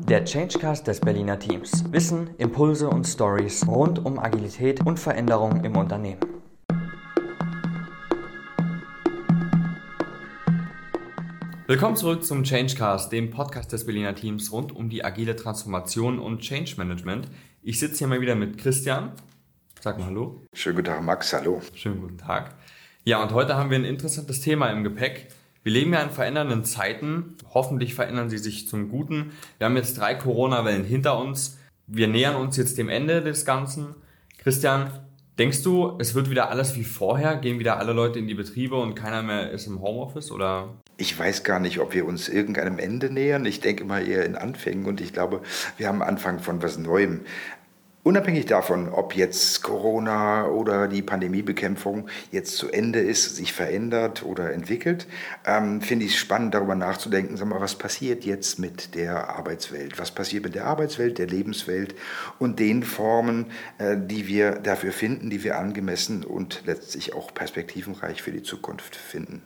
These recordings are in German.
Der Changecast des Berliner Teams. Wissen, Impulse und Stories rund um Agilität und Veränderung im Unternehmen. Willkommen zurück zum Changecast, dem Podcast des Berliner Teams rund um die agile Transformation und Change Management. Ich sitze hier mal wieder mit Christian. Sag mal Hallo. Schönen guten Tag, Max. Hallo. Schönen guten Tag. Ja, und heute haben wir ein interessantes Thema im Gepäck. Wir leben ja in verändernden Zeiten. Hoffentlich verändern sie sich zum Guten. Wir haben jetzt 3 Corona-Wellen hinter uns. Wir nähern uns jetzt dem Ende des Ganzen. Christian, denkst du, es wird wieder alles wie vorher? Gehen wieder alle Leute in die Betriebe und keiner mehr ist im Homeoffice, oder? Ich weiß gar nicht, ob wir uns irgendeinem Ende nähern. Ich denke mal eher in Anfängen und ich glaube, wir haben Anfang von was Neuem. Unabhängig davon, ob jetzt Corona oder die Pandemiebekämpfung jetzt zu Ende ist, sich verändert oder entwickelt, finde ich es spannend, darüber nachzudenken, sag mal, was passiert jetzt mit der Arbeitswelt? Was passiert mit der Arbeitswelt, der Lebenswelt und den Formen, die wir dafür finden, die wir angemessen und letztlich auch perspektivenreich für die Zukunft finden?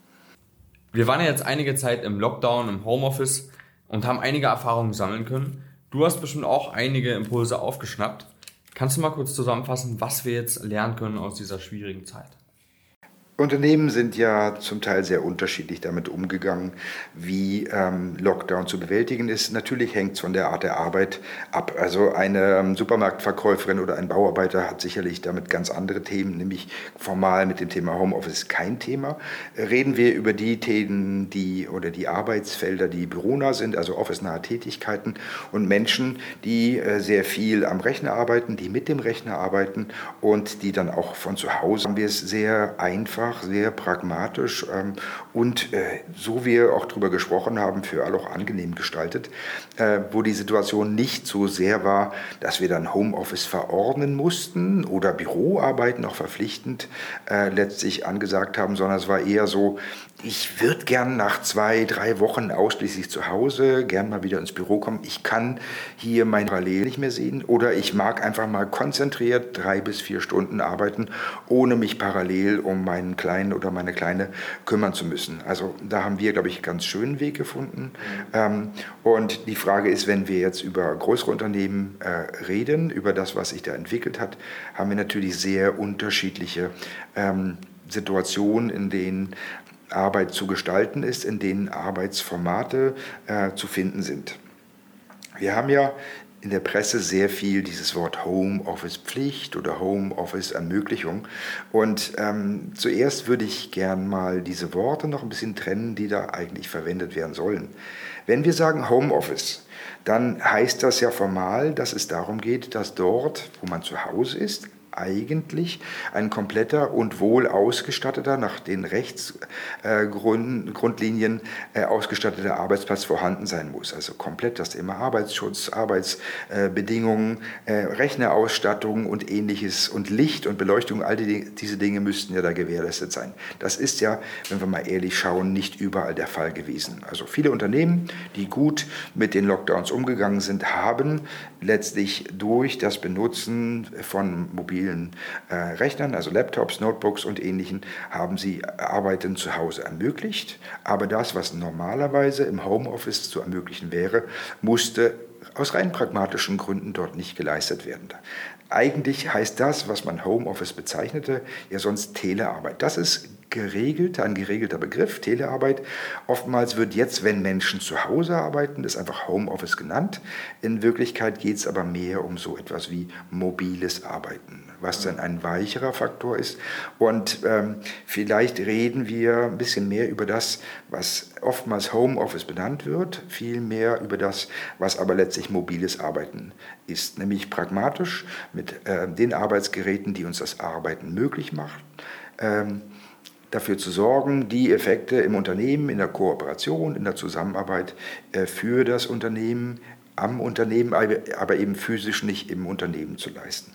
Wir waren ja jetzt einige Zeit im Lockdown, im Homeoffice und haben einige Erfahrungen sammeln können. Du hast bestimmt auch einige Impulse aufgeschnappt. Kannst du mal kurz zusammenfassen, was wir jetzt lernen können aus dieser schwierigen Zeit? Unternehmen sind ja zum Teil sehr unterschiedlich damit umgegangen, wie Lockdown zu bewältigen ist. Natürlich hängt es von der Art der Arbeit ab. Also eine Supermarktverkäuferin oder ein Bauarbeiter hat sicherlich damit ganz andere Themen, nämlich formal mit dem Thema Homeoffice kein Thema. Reden wir über die Themen, die Arbeitsfelder, die büronah sind, also office-nahe Tätigkeiten und Menschen, die sehr viel am Rechner arbeiten, die mit dem Rechner arbeiten und die dann auch von zu Hause haben wir es sehr einfach, sehr pragmatisch und so wir auch darüber gesprochen haben, für alle auch angenehm gestaltet, wo die Situation nicht so sehr war, dass wir dann Homeoffice verordnen mussten oder Büroarbeiten auch verpflichtend letztlich angesagt haben, sondern es war eher so, ich würde gern nach 2-3 Wochen ausschließlich zu Hause, gern mal wieder ins Büro kommen. Ich kann hier mein Parallel nicht mehr sehen oder ich mag einfach mal konzentriert 3 bis 4 Stunden arbeiten, ohne mich parallel um meinen Kleinen oder meine Kleine kümmern zu müssen. Also da haben wir, glaube ich, einen ganz schönen Weg gefunden. Und die Frage ist, wenn wir jetzt über größere Unternehmen reden, über das, was sich da entwickelt hat, haben wir natürlich sehr unterschiedliche Situationen, in denen Arbeit zu gestalten ist, in denen Arbeitsformate zu finden sind. Wir haben ja in der Presse sehr viel dieses Wort Homeoffice-Pflicht oder Homeoffice-Ermöglichung. Und zuerst würde ich gern mal diese Worte noch ein bisschen trennen, die da eigentlich verwendet werden sollen. Wenn wir sagen Homeoffice, dann heißt das ja formal, dass es darum geht, dass dort, wo man zu Hause ist, eigentlich ein kompletter und wohl ausgestatteter, nach den Rechtsgrundlinien ausgestatteter Arbeitsplatz vorhanden sein muss. Also komplett das Thema Arbeitsschutz, Arbeitsbedingungen, Rechnerausstattung und Ähnliches und Licht und Beleuchtung, all diese Dinge müssten ja da gewährleistet sein. Das ist ja, wenn wir mal ehrlich schauen, nicht überall der Fall gewesen. Also viele Unternehmen, die gut mit den Lockdowns umgegangen sind, haben letztlich durch das Benutzen von mobilen Rechnern, also Laptops, Notebooks und Ähnlichen, haben sie Arbeiten zu Hause ermöglicht. Aber das, was normalerweise im Homeoffice zu ermöglichen wäre, musste aus rein pragmatischen Gründen dort nicht geleistet werden. Eigentlich heißt das, was man Homeoffice bezeichnete, ja sonst Telearbeit. Das ist ein geregelter Begriff, Telearbeit. Oftmals wird jetzt, wenn Menschen zu Hause arbeiten, das einfach Homeoffice genannt. In Wirklichkeit geht es aber mehr um so etwas wie mobiles Arbeiten, was dann ein weicherer Faktor ist. Und vielleicht reden wir ein bisschen mehr über das, was oftmals Homeoffice benannt wird, viel mehr über das, was aber letztlich mobiles Arbeiten ist, nämlich pragmatisch mit den Arbeitsgeräten, die uns das Arbeiten möglich machen, dafür zu sorgen, die Effekte im Unternehmen, in der Kooperation, in der Zusammenarbeit für das Unternehmen, am Unternehmen, aber eben physisch nicht im Unternehmen zu leisten.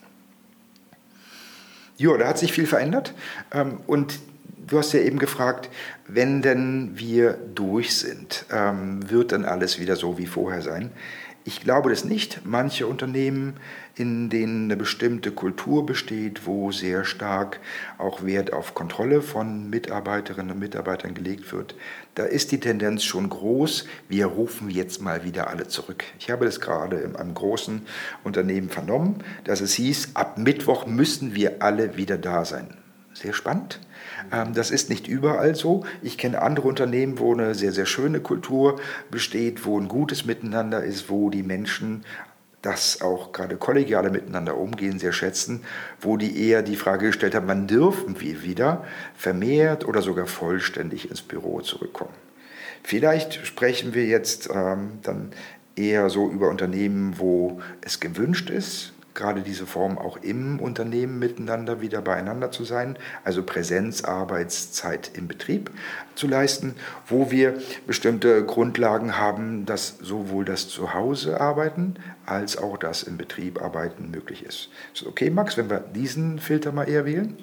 Ja, da hat sich viel verändert und du hast ja eben gefragt, wenn denn wir durch sind, wird dann alles wieder so wie vorher sein? Ich glaube das nicht. Manche Unternehmen, in denen eine bestimmte Kultur besteht, wo sehr stark auch Wert auf Kontrolle von Mitarbeiterinnen und Mitarbeitern gelegt wird, da ist die Tendenz schon groß, wir rufen jetzt mal wieder alle zurück. Ich habe das gerade in einem großen Unternehmen vernommen, dass es hieß, ab Mittwoch müssen wir alle wieder da sein. Sehr spannend. Das ist nicht überall so. Ich kenne andere Unternehmen, wo eine sehr, sehr schöne Kultur besteht, wo ein gutes Miteinander ist, wo die Menschen das auch gerade kollegiale Miteinander umgehen, sehr schätzen, wo die eher die Frage gestellt haben, wann dürfen wir wieder vermehrt oder sogar vollständig ins Büro zurückkommen. Vielleicht sprechen wir jetzt dann eher so über Unternehmen, wo es gewünscht ist, gerade diese Form auch im Unternehmen miteinander wieder beieinander zu sein, also Präsenzarbeitszeit im Betrieb zu leisten, wo wir bestimmte Grundlagen haben, dass sowohl das Zuhause-Arbeiten als auch das im Betrieb Arbeiten möglich ist. Ist okay, Max, wenn wir diesen Filter mal eher wählen?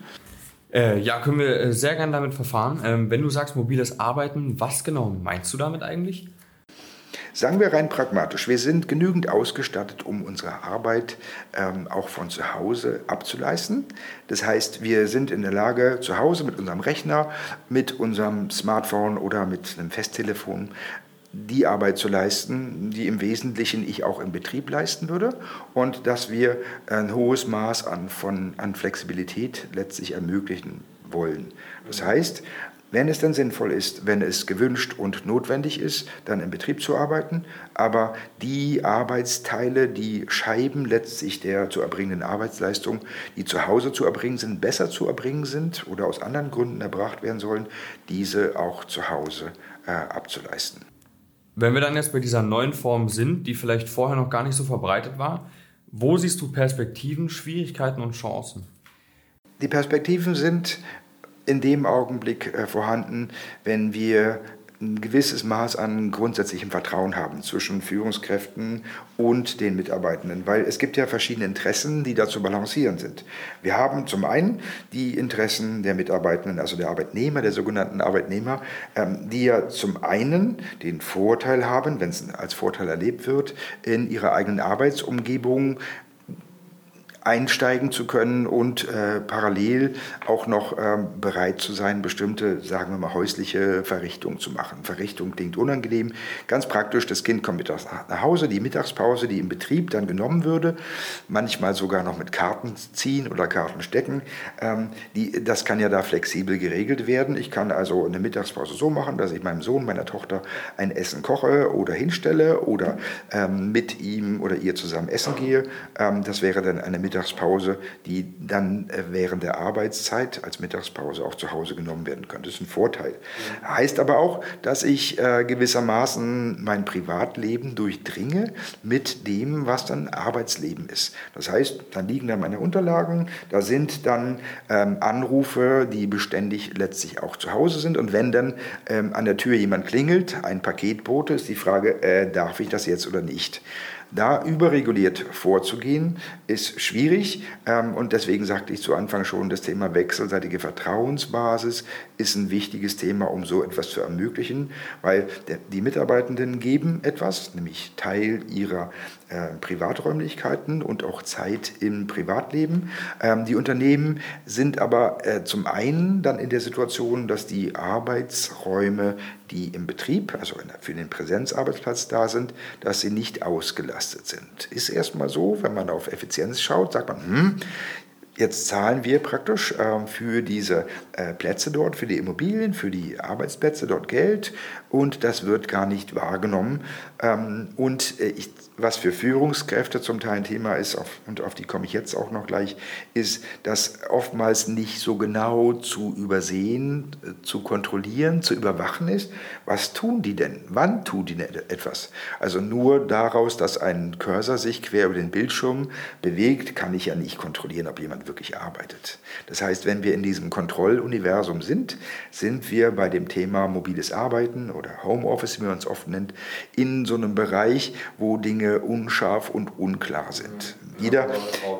Ja, können wir sehr gerne damit verfahren. Wenn du sagst mobiles Arbeiten, was genau meinst du damit eigentlich? Sagen wir rein pragmatisch, wir sind genügend ausgestattet, um unsere Arbeit auch von zu Hause abzuleisten. Das heißt, wir sind in der Lage, zu Hause mit unserem Rechner, mit unserem Smartphone oder mit einem Festtelefon die Arbeit zu leisten, die im Wesentlichen ich auch im Betrieb leisten würde und dass wir ein hohes Maß an Flexibilität letztlich ermöglichen wollen. Das heißt, wenn es dann sinnvoll ist, wenn es gewünscht und notwendig ist, dann im Betrieb zu arbeiten, aber die Arbeitsteile, die Scheiben letztlich der zu erbringenden Arbeitsleistung, die zu Hause zu erbringen sind, besser zu erbringen sind oder aus anderen Gründen erbracht werden sollen, diese auch zu Hause abzuleisten. Wenn wir dann jetzt bei dieser neuen Form sind, die vielleicht vorher noch gar nicht so verbreitet war, wo siehst du Perspektiven, Schwierigkeiten und Chancen? Die Perspektiven sind in dem Augenblick vorhanden, wenn wir ein gewisses Maß an grundsätzlichem Vertrauen haben zwischen Führungskräften und den Mitarbeitenden, weil es gibt ja verschiedene Interessen, die da zu balancieren sind. Wir haben zum einen die Interessen der Mitarbeitenden, also der Arbeitnehmer, der sogenannten Arbeitnehmer, die ja zum einen den Vorteil haben, wenn es als Vorteil erlebt wird, in ihrer eigenen Arbeitsumgebung einsteigen zu können und parallel auch noch bereit zu sein, bestimmte, sagen wir mal, häusliche Verrichtungen zu machen. Verrichtung klingt unangenehm. Ganz praktisch, das Kind kommt mittags nach Hause, die Mittagspause, die im Betrieb dann genommen würde, manchmal sogar noch mit Karten ziehen oder Karten stecken, das kann ja da flexibel geregelt werden. Ich kann also eine Mittagspause so machen, dass ich meinem Sohn, meiner Tochter ein Essen koche oder hinstelle oder mit ihm oder ihr zusammen essen gehe. Das wäre dann eine Mittagspause, die dann während der Arbeitszeit als Mittagspause auch zu Hause genommen werden könnte. Das ist ein Vorteil. Heißt aber auch, dass ich gewissermaßen mein Privatleben durchdringe mit dem, was dann Arbeitsleben ist. Das heißt, dann liegen da meine Unterlagen, da sind dann Anrufe, die beständig letztlich auch zu Hause sind. Und wenn dann an der Tür jemand klingelt, ein Paketbote, ist die Frage, darf ich das jetzt oder nicht? Da überreguliert vorzugehen, ist schwierig und deswegen sagte ich zu Anfang schon, das Thema wechselseitige Vertrauensbasis ist ein wichtiges Thema, um so etwas zu ermöglichen, weil die Mitarbeitenden geben etwas, nämlich Teil ihrer Privaträumlichkeiten und auch Zeit im Privatleben. Die Unternehmen sind aber zum einen dann in der Situation, dass die Arbeitsräume, die im Betrieb, also für den Präsenzarbeitsplatz da sind, dass sie nicht ausgelastet sind. Ist erstmal so, wenn man auf Effizienz schaut, sagt man, jetzt zahlen wir praktisch für diese Plätze dort, für die Immobilien, für die Arbeitsplätze dort Geld und das wird gar nicht wahrgenommen. Was für Führungskräfte zum Teil ein Thema ist, und auf die komme ich jetzt auch noch gleich, ist, dass oftmals nicht so genau zu übersehen, zu kontrollieren, zu überwachen ist. Was tun die denn? Wann tun die denn etwas? Also nur daraus, dass ein Cursor sich quer über den Bildschirm bewegt, kann ich ja nicht kontrollieren, ob jemand wirklich arbeitet. Das heißt, wenn wir in diesem Kontrolluniversum sind wir bei dem Thema mobiles Arbeiten oder Homeoffice, wie man es oft nennt, in so einem Bereich, wo Dinge unscharf und unklar sind.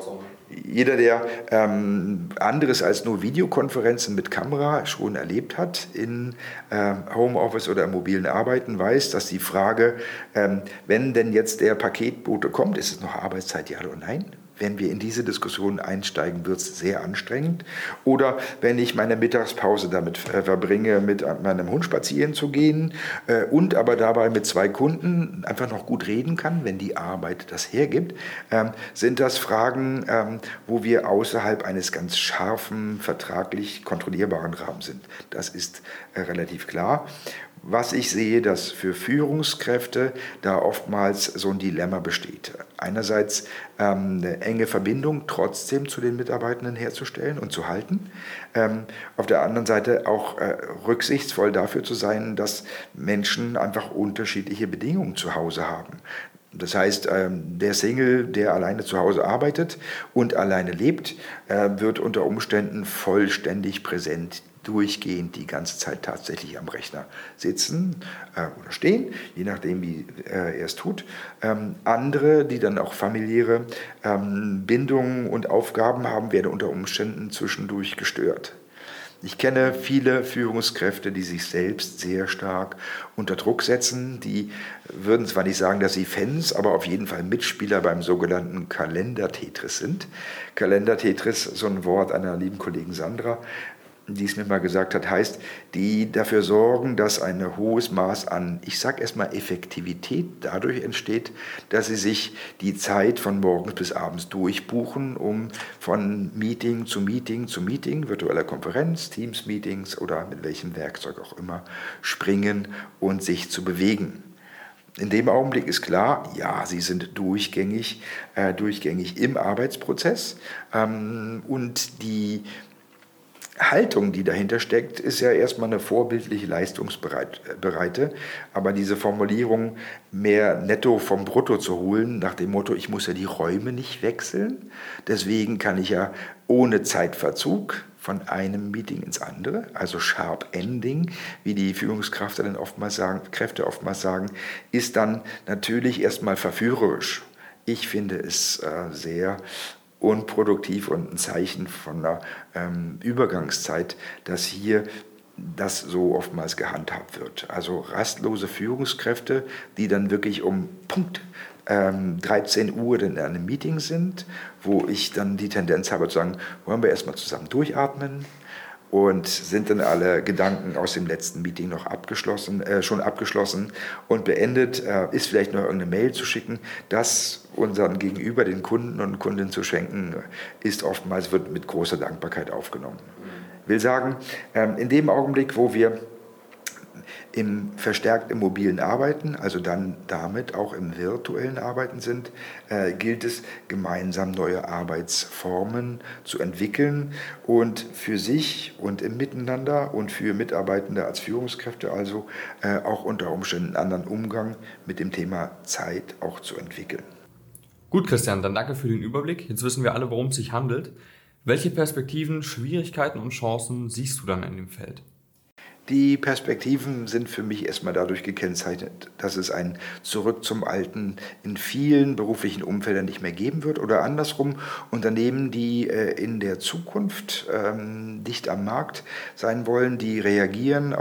Jeder, der anderes als nur Videokonferenzen mit Kamera schon erlebt hat in Homeoffice oder im mobilen Arbeiten, weiß, dass die Frage, wenn denn jetzt der Paketbote kommt, ist es noch Arbeitszeit, ja oder nein? Wenn wir in diese Diskussion einsteigen, wird es sehr anstrengend. Oder wenn ich meine Mittagspause damit verbringe, mit meinem Hund spazieren zu gehen und aber dabei mit 2 Kunden einfach noch gut reden kann, wenn die Arbeit das hergibt, sind das Fragen, wo wir außerhalb eines ganz scharfen, vertraglich kontrollierbaren Rahmens sind. Das ist relativ klar. Was ich sehe, dass für Führungskräfte da oftmals so ein Dilemma besteht. Einerseits eine enge Verbindung trotzdem zu den Mitarbeitenden herzustellen und zu halten. Auf der anderen Seite auch rücksichtsvoll dafür zu sein, dass Menschen einfach unterschiedliche Bedingungen zu Hause haben. Das heißt, der Single, der alleine zu Hause arbeitet und alleine lebt, wird unter Umständen vollständig präsent durchgehend die ganze Zeit tatsächlich am Rechner sitzen oder stehen, je nachdem, wie er es tut. Andere, die dann auch familiäre Bindungen und Aufgaben haben, werden unter Umständen zwischendurch gestört. Ich kenne viele Führungskräfte, die sich selbst sehr stark unter Druck setzen. Die würden zwar nicht sagen, dass sie Fans, aber auf jeden Fall Mitspieler beim sogenannten Kalender-Tetris sind. Kalender-Tetris, so ein Wort einer lieben Kollegin Sandra, die es mir mal gesagt hat, heißt, die dafür sorgen, dass ein hohes Maß an, ich sag erstmal Effektivität dadurch entsteht, dass sie sich die Zeit von morgens bis abends durchbuchen, um von Meeting zu Meeting zu Meeting, virtueller Konferenz, Teams-Meetings oder mit welchem Werkzeug auch immer springen und sich zu bewegen. In dem Augenblick ist klar, ja, sie sind durchgängig im Arbeitsprozess und die Haltung, die dahinter steckt, ist ja erstmal eine vorbildlich leistungsbereite, aber diese Formulierung, mehr Netto vom Brutto zu holen, nach dem Motto, ich muss ja die Räume nicht wechseln, deswegen kann ich ja ohne Zeitverzug von einem Meeting ins andere, also Sharp Ending, wie die Führungskräfte dann oftmals sagen, ist dann natürlich erstmal verführerisch. Ich finde es sehr unproduktiv und ein Zeichen von einer Übergangszeit, dass hier das so oftmals gehandhabt wird. Also rastlose Führungskräfte, die dann wirklich um Punkt 13 Uhr in einem Meeting sind, wo ich dann die Tendenz habe zu sagen, wollen wir erstmal zusammen durchatmen, und sind dann alle Gedanken aus dem letzten Meeting noch schon abgeschlossen und beendet, ist vielleicht noch irgendeine Mail zu schicken, das unseren Gegenüber, den Kunden und Kundinnen zu schenken, wird mit großer Dankbarkeit aufgenommen. Ich will sagen, in dem Augenblick, wo wir verstärkt im mobilen Arbeiten, also dann damit auch im virtuellen Arbeiten sind, gilt es, gemeinsam neue Arbeitsformen zu entwickeln und für sich und im Miteinander und für Mitarbeitende als Führungskräfte also auch unter Umständen einen anderen Umgang mit dem Thema Zeit auch zu entwickeln. Gut, Christian, dann danke für den Überblick. Jetzt wissen wir alle, worum es sich handelt. Welche Perspektiven, Schwierigkeiten und Chancen siehst du dann in dem Feld? Die Perspektiven sind für mich erstmal dadurch gekennzeichnet, dass es ein Zurück zum Alten in vielen beruflichen Umfeldern nicht mehr geben wird oder andersrum Unternehmen, die in der Zukunft dicht am Markt sein wollen, die reagieren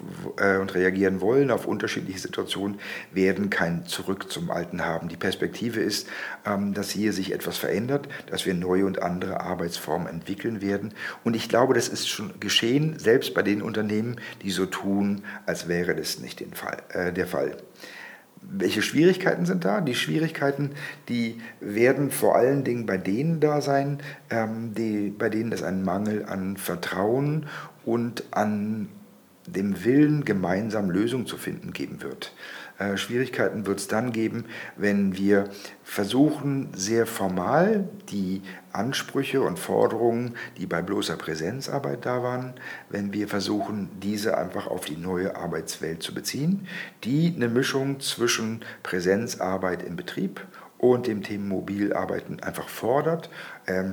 wollen auf unterschiedliche Situationen, werden kein Zurück zum Alten haben. Die Perspektive ist, dass hier sich etwas verändert, dass wir neue und andere Arbeitsformen entwickeln werden. Und ich glaube, das ist schon geschehen, selbst bei den Unternehmen, die so tun, als wäre das nicht der Fall. Welche Schwierigkeiten sind da? Die Schwierigkeiten, die werden vor allen Dingen bei denen da sein, bei denen es einen Mangel an Vertrauen und an dem Willen, gemeinsam Lösungen zu finden, geben wird. Schwierigkeiten wird es dann geben, wenn wir versuchen, sehr formal die Ansprüche und Forderungen, die bei bloßer Präsenzarbeit da waren, wenn wir versuchen, diese einfach auf die neue Arbeitswelt zu beziehen, die eine Mischung zwischen Präsenzarbeit im Betrieb und dem Thema Mobilarbeiten einfach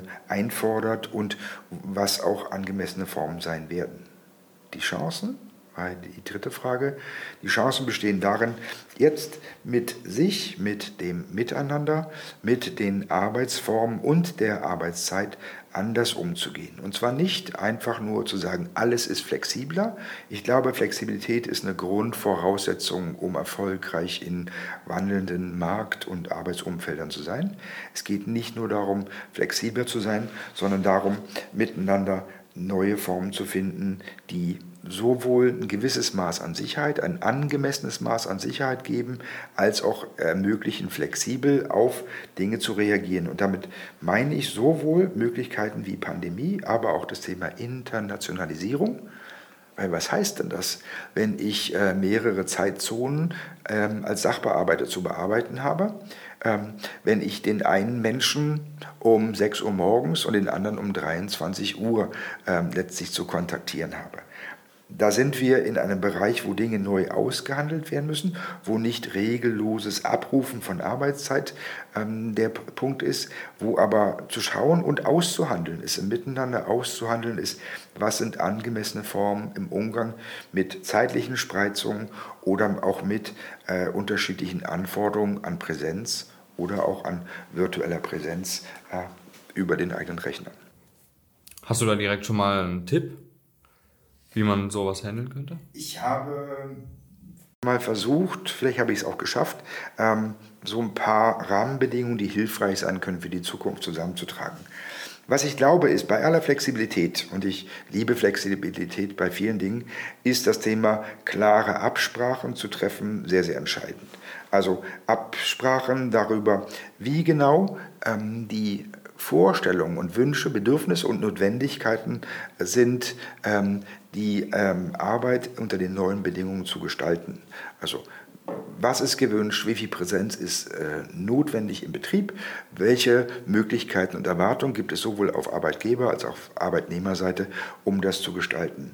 einfordert und was auch angemessene Formen sein werden. Die Chancen? die dritte Frage. Die Chancen bestehen darin, jetzt mit sich, mit dem Miteinander, mit den Arbeitsformen und der Arbeitszeit anders umzugehen. Und zwar nicht einfach nur zu sagen, alles ist flexibler. Ich glaube, Flexibilität ist eine Grundvoraussetzung, um erfolgreich in wandelnden Markt- und Arbeitsumfeldern zu sein. Es geht nicht nur darum, flexibler zu sein, sondern darum, miteinander neue Formen zu finden, die sowohl ein gewisses Maß an Sicherheit, ein angemessenes Maß an Sicherheit geben, als auch ermöglichen, flexibel auf Dinge zu reagieren. Und damit meine ich sowohl Möglichkeiten wie Pandemie, aber auch das Thema Internationalisierung. Weil was heißt denn das, wenn ich mehrere Zeitzonen als Sachbearbeiter zu bearbeiten habe? Wenn ich den einen Menschen um 6 Uhr morgens und den anderen um 23 Uhr letztlich zu kontaktieren habe. Da sind wir in einem Bereich, wo Dinge neu ausgehandelt werden müssen, wo nicht regelloses Abrufen von Arbeitszeit der Punkt ist, wo aber zu schauen und auszuhandeln ist, im Miteinander auszuhandeln ist, was sind angemessene Formen im Umgang mit zeitlichen Spreizungen oder auch mit unterschiedlichen Anforderungen an Präsenz oder auch an virtueller Präsenz über den eigenen Rechner. Hast du da direkt schon mal einen Tipp, wie man sowas handeln könnte? Ich habe mal versucht, vielleicht habe ich es auch geschafft, so ein paar Rahmenbedingungen, die hilfreich sein können für die Zukunft zusammenzutragen. Was ich glaube ist, bei aller Flexibilität, und ich liebe Flexibilität bei vielen Dingen, ist das Thema klare Absprachen zu treffen sehr, sehr entscheidend. Also Absprachen darüber, wie genau die Vorstellungen und Wünsche, Bedürfnisse und Notwendigkeiten sind, die Arbeit unter den neuen Bedingungen zu gestalten. Also was ist gewünscht, wie viel Präsenz ist notwendig im Betrieb, welche Möglichkeiten und Erwartungen gibt es sowohl auf Arbeitgeber- als auch auf Arbeitnehmerseite, um das zu gestalten.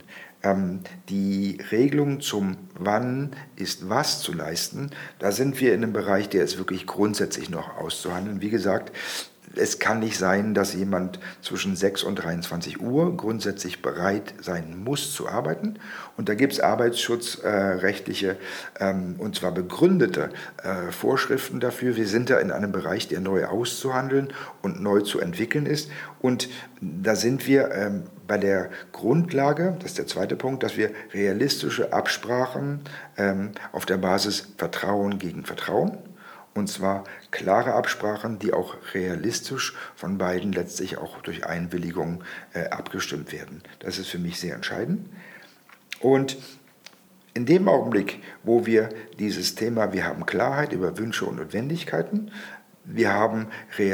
Die Regelung zum Wann ist was zu leisten, da sind wir in einem Bereich, der ist wirklich grundsätzlich noch auszuhandeln. Wie gesagt, es kann nicht sein, dass jemand zwischen 6 und 23 Uhr grundsätzlich bereit sein muss zu arbeiten. Und da gibt es arbeitsschutzrechtliche und zwar begründete Vorschriften dafür. Wir sind da in einem Bereich, der neu auszuhandeln und neu zu entwickeln ist. Und da sind wir bei der Grundlage, das ist der zweite Punkt, dass wir realistische Absprachen auf der Basis Vertrauen gegen Vertrauen, und zwar klare Absprachen, die auch realistisch von beiden letztlich auch durch Einwilligung abgestimmt werden. Das ist für mich sehr entscheidend. Und in dem Augenblick, wo wir dieses Thema, wir haben Klarheit über Wünsche und Notwendigkeiten, wir haben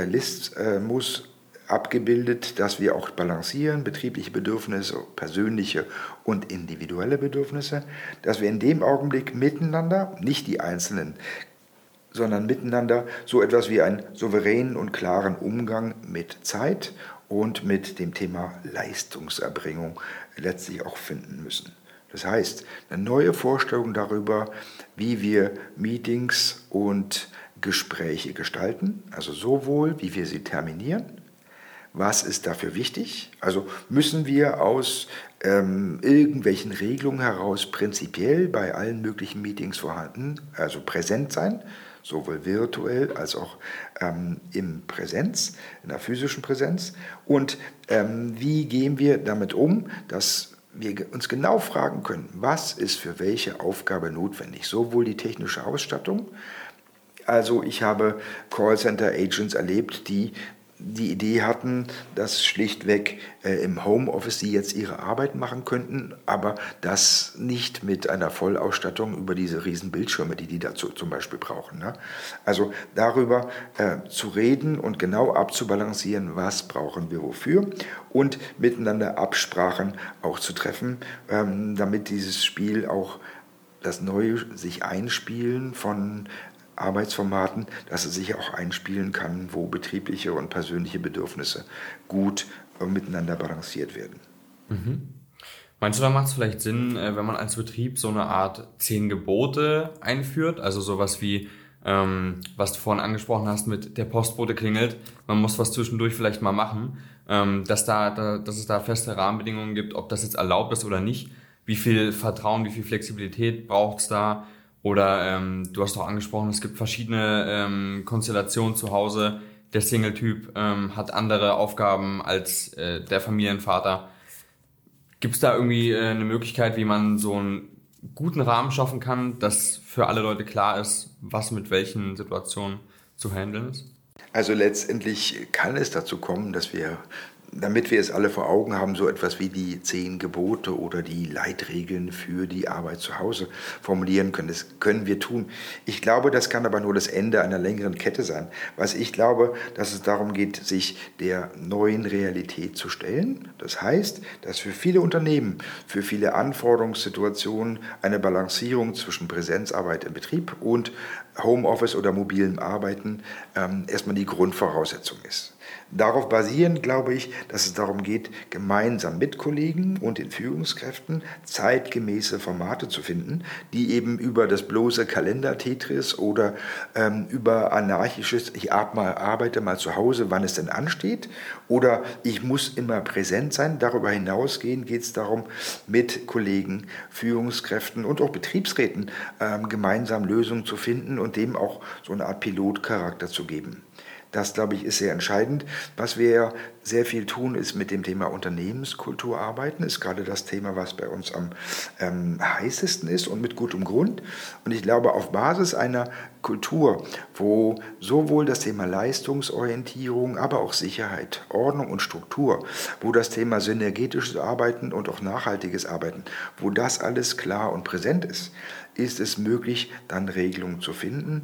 Realismus abgebildet, dass wir auch balancieren, betriebliche Bedürfnisse, persönliche und individuelle Bedürfnisse, dass wir in dem Augenblick miteinander, nicht die Einzelnen, sondern miteinander so etwas wie einen souveränen und klaren Umgang mit Zeit und mit dem Thema Leistungserbringung letztlich auch finden müssen. Das heißt, eine neue Vorstellung darüber, wie wir Meetings und Gespräche gestalten, also sowohl, wie wir sie terminieren, was ist dafür wichtig? Also müssen wir aus irgendwelchen Regelungen heraus prinzipiell bei allen möglichen Meetings vorhanden, also präsent sein, sowohl virtuell als auch in Präsenz, in der physischen Präsenz. Und wie gehen wir damit um, dass wir uns genau fragen können, was ist für welche Aufgabe notwendig, sowohl die technische Ausstattung. Also ich habe Callcenter-Agents erlebt, die Idee hatten, dass schlichtweg im Homeoffice sie jetzt ihre Arbeit machen könnten, aber das nicht mit einer Vollausstattung über diese riesen Bildschirme, die dazu zum Beispiel brauchen. Ne? Also darüber zu reden und genau abzubalancieren, was brauchen wir wofür und miteinander Absprachen auch zu treffen, damit dieses Spiel auch das neue sich einspielen von Arbeitsformaten, dass es sich auch einspielen kann, wo betriebliche und persönliche Bedürfnisse gut miteinander balanciert werden. Mhm. Meinst du, da macht es vielleicht Sinn, wenn man als Betrieb so eine Art 10 Gebote einführt, also sowas wie, was du vorhin angesprochen hast mit der Postbote klingelt, man muss was zwischendurch vielleicht mal machen, dass es da feste Rahmenbedingungen gibt, ob das jetzt erlaubt ist oder nicht, Wie viel Vertrauen, wie viel Flexibilität braucht's da? Oder du hast auch angesprochen, es gibt verschiedene Konstellationen zu Hause. Der Single-Typ hat andere Aufgaben als der Familienvater. Gibt es da irgendwie eine Möglichkeit, wie man so einen guten Rahmen schaffen kann, dass für alle Leute klar ist, was mit welchen Situationen zu handeln ist? Also letztendlich kann es dazu kommen, dass wir, damit wir es alle vor Augen haben, so etwas wie die 10 Gebote oder die Leitregeln für die Arbeit zu Hause formulieren können. Das können wir tun. Ich glaube, das kann aber nur das Ende einer längeren Kette sein. Was ich glaube, dass es darum geht, sich der neuen Realität zu stellen. Das heißt, dass für viele Unternehmen, für viele Anforderungssituationen eine Balancierung zwischen Präsenzarbeit im Betrieb und Homeoffice oder mobilem Arbeiten erstmal die Grundvoraussetzung ist. Darauf basierend glaube ich, dass es darum geht, gemeinsam mit Kollegen und den Führungskräften zeitgemäße Formate zu finden, die eben über das bloße Kalender-Tetris oder über anarchisches, ich arbeite mal zu Hause, wann es denn ansteht, oder ich muss immer präsent sein. Darüber hinausgehend geht es darum, mit Kollegen, Führungskräften und auch Betriebsräten gemeinsam Lösungen zu finden und dem auch so eine Art Pilotcharakter zu geben. Das, glaube ich, ist sehr entscheidend. Was wir sehr viel tun, ist mit dem Thema Unternehmenskultur arbeiten. Ist gerade das Thema, was bei uns am heißesten ist und mit gutem Grund. Und ich glaube, auf Basis einer Kultur, wo sowohl das Thema Leistungsorientierung, aber auch Sicherheit, Ordnung und Struktur, wo das Thema synergetisches Arbeiten und auch nachhaltiges Arbeiten, wo das alles klar und präsent ist es möglich, dann Regelungen zu finden,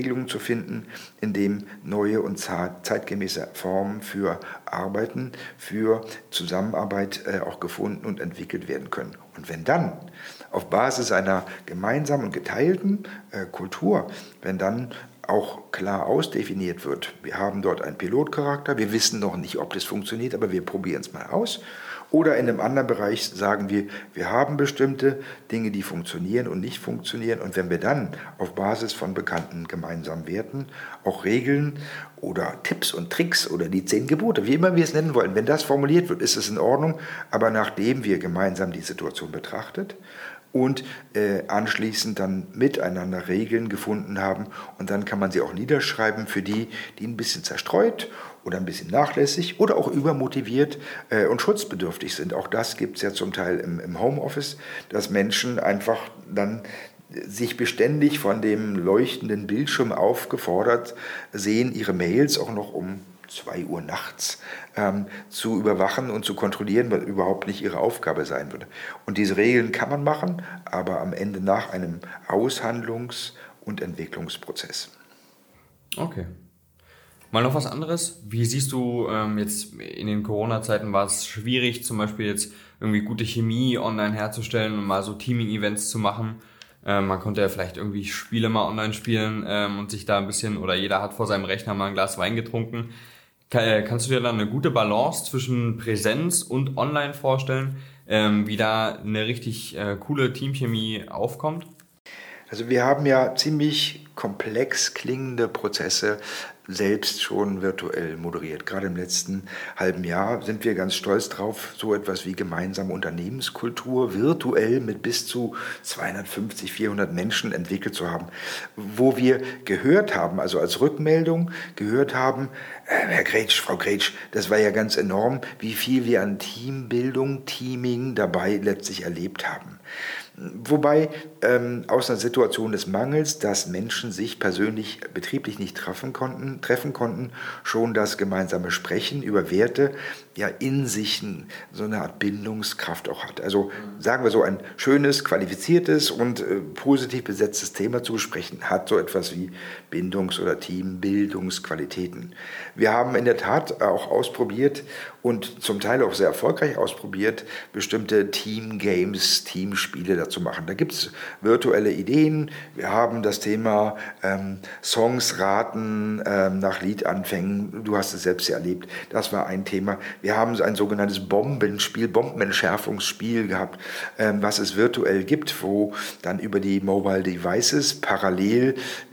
in dem neue und zeitgemäße Formen für Arbeiten, für Zusammenarbeit auch gefunden und entwickelt werden können. Und wenn dann auf Basis einer gemeinsamen und geteilten Kultur, wenn dann auch klar ausdefiniert wird, wir haben dort einen Pilotcharakter, wir wissen noch nicht, ob das funktioniert, aber wir probieren es mal aus. Oder in einem anderen Bereich sagen wir, wir haben bestimmte Dinge, die funktionieren und nicht funktionieren. Und wenn wir dann auf Basis von bekannten gemeinsamen Werten auch Regeln oder Tipps und Tricks oder die 10 Gebote, wie immer wir es nennen wollen, wenn das formuliert wird, ist es in Ordnung. Aber nachdem wir gemeinsam die Situation betrachtet und anschließend dann miteinander Regeln gefunden haben. Und dann kann man sie auch niederschreiben für die, die ein bisschen zerstreut oder ein bisschen nachlässig oder auch übermotiviert und schutzbedürftig sind. Auch das gibt es ja zum Teil im Homeoffice, dass Menschen einfach dann sich beständig von dem leuchtenden Bildschirm aufgefordert sehen, ihre Mails auch noch um 2 Uhr nachts zu überwachen und zu kontrollieren, was überhaupt nicht ihre Aufgabe sein würde. Und diese Regeln kann man machen, aber am Ende nach einem Aushandlungs- und Entwicklungsprozess. Okay. Mal noch was anderes. Wie siehst du jetzt in den Corona-Zeiten war es schwierig, zum Beispiel jetzt irgendwie gute Chemie online herzustellen und mal so Teaming-Events zu machen. Man konnte ja vielleicht irgendwie Spiele mal online spielen und sich da ein bisschen, oder jeder hat vor seinem Rechner mal ein Glas Wein getrunken. Kannst du dir dann eine gute Balance zwischen Präsenz und Online vorstellen, wie da eine richtig coole Teamchemie aufkommt? Also wir haben ja ziemlich komplex klingende Prozesse selbst schon virtuell moderiert. Gerade im letzten halben Jahr sind wir ganz stolz drauf, so etwas wie gemeinsame Unternehmenskultur virtuell mit bis zu 250, 400 Menschen entwickelt zu haben, wo wir gehört haben, also als Rückmeldung gehört haben, Herr Gretsch, Frau Gretsch, das war ja ganz enorm, wie viel wir an Teambildung, Teaming dabei letztlich erlebt haben. Wobei aus einer Situation des Mangels, dass Menschen sich persönlich, betrieblich nicht treffen konnten, schon das gemeinsame Sprechen über Werte ja in sich so eine Art Bindungskraft auch hat. Also sagen wir so, ein schönes, qualifiziertes und positiv besetztes Thema zu besprechen, hat so etwas wie Bindungs- oder Teambildungsqualitäten. Wir haben in der Tat auch ausprobiert und zum Teil auch sehr erfolgreich ausprobiert, bestimmte Teamgames, Teamspiele Berufsfelder zu machen. Da gibt es virtuelle Ideen. Wir haben das Thema Songs raten nach Liedanfängen. Du hast es selbst erlebt. Das war ein Thema. Wir haben ein sogenanntes Bombenentschärfungsspiel gehabt, was es virtuell gibt, wo dann über die Mobile Devices parallel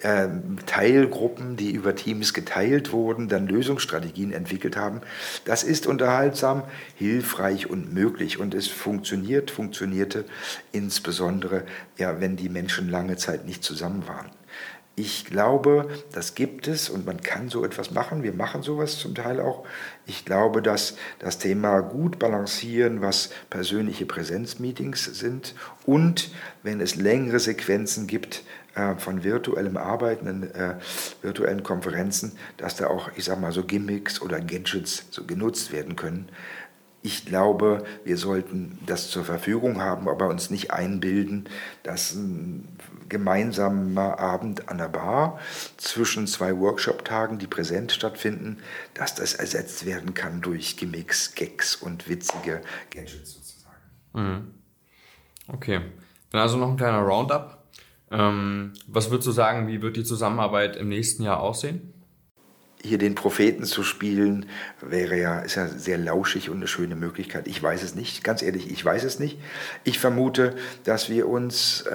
Teilgruppen, die über Teams geteilt wurden, dann Lösungsstrategien entwickelt haben. Das ist unterhaltsam, hilfreich und möglich und es funktionierte insbesondere, ja, wenn die Menschen lange Zeit nicht zusammen waren. Ich glaube, das gibt es und man kann so etwas machen. Wir machen sowas zum Teil auch. Ich glaube, dass das Thema gut balancieren, was persönliche Präsenzmeetings sind und wenn es längere Sequenzen gibt von virtuellem Arbeiten, in virtuellen Konferenzen, dass da auch, ich sag mal, so Gimmicks oder Gadgets so genutzt werden können. Ich glaube, wir sollten das zur Verfügung haben, aber uns nicht einbilden, dass ein gemeinsamer Abend an der Bar zwischen 2 Workshop-Tagen, die präsent stattfinden, dass das ersetzt werden kann durch Gimmicks, Gags und witzige Gadgets sozusagen. Mhm. Okay, dann also noch ein kleiner Roundup. Was würdest du sagen, wie wird die Zusammenarbeit im nächsten Jahr aussehen? Hier den Propheten zu spielen, ist ja sehr lauschig und eine schöne Möglichkeit. Ich weiß es nicht, ganz ehrlich, ich weiß es nicht. Ich vermute, dass wir uns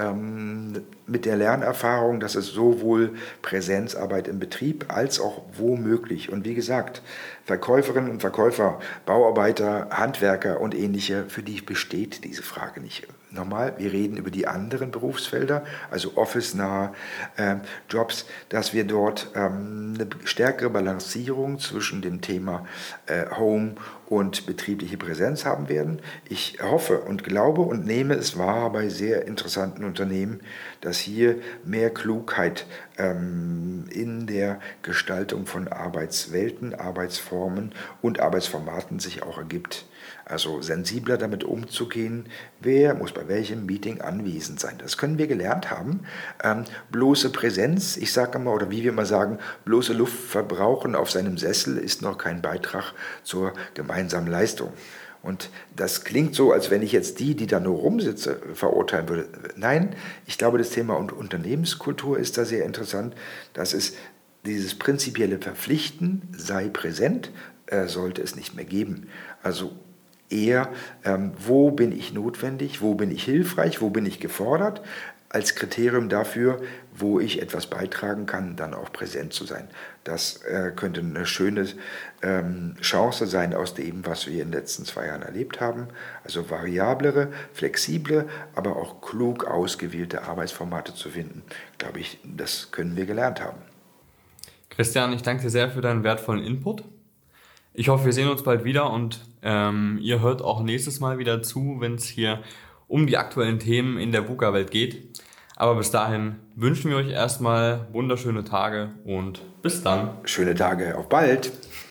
mit der Lernerfahrung, dass es sowohl Präsenzarbeit im Betrieb als auch womöglich und wie gesagt, Verkäuferinnen und Verkäufer, Bauarbeiter, Handwerker und ähnliche, für die besteht diese Frage nicht. Normal, wir reden über die anderen Berufsfelder, also office-nahe Jobs, dass wir dort eine stärkere Balancierung zwischen dem Thema Home und betriebliche Präsenz haben werden. Ich hoffe und glaube und nehme es wahr bei sehr interessanten Unternehmen, dass hier mehr Klugheit in der Gestaltung von Arbeitswelten, Arbeitsformen und Arbeitsformaten sich auch ergibt. Also sensibler damit umzugehen, wer muss bei welchem Meeting anwesend sein. Das können wir gelernt haben. Bloße Präsenz, ich sage immer, oder wie wir immer sagen, bloße Luft verbrauchen auf seinem Sessel ist noch kein Beitrag zur gemeinsamen Leistung. Und das klingt so, als wenn ich jetzt die da nur rumsitze, verurteilen würde. Nein, ich glaube, das Thema Unternehmenskultur ist da sehr interessant. Das ist dieses prinzipielle Verpflichten, sei präsent, sollte es nicht mehr geben. Also eher, wo bin ich notwendig, wo bin ich hilfreich, wo bin ich gefordert, als Kriterium dafür, wo ich etwas beitragen kann, dann auch präsent zu sein. Das könnte eine schöne Chance sein aus dem, was wir in den letzten 2 Jahren erlebt haben. Also variablere, flexible, aber auch klug ausgewählte Arbeitsformate zu finden. Glaube ich, das können wir gelernt haben. Christian, ich danke dir sehr für deinen wertvollen Input. Ich hoffe, wir sehen uns bald wieder und ihr hört auch nächstes Mal wieder zu, wenn es hier um die aktuellen Themen in der VUCA-Welt geht. Aber bis dahin wünschen wir euch erstmal wunderschöne Tage und bis dann. Schöne Tage, auf bald!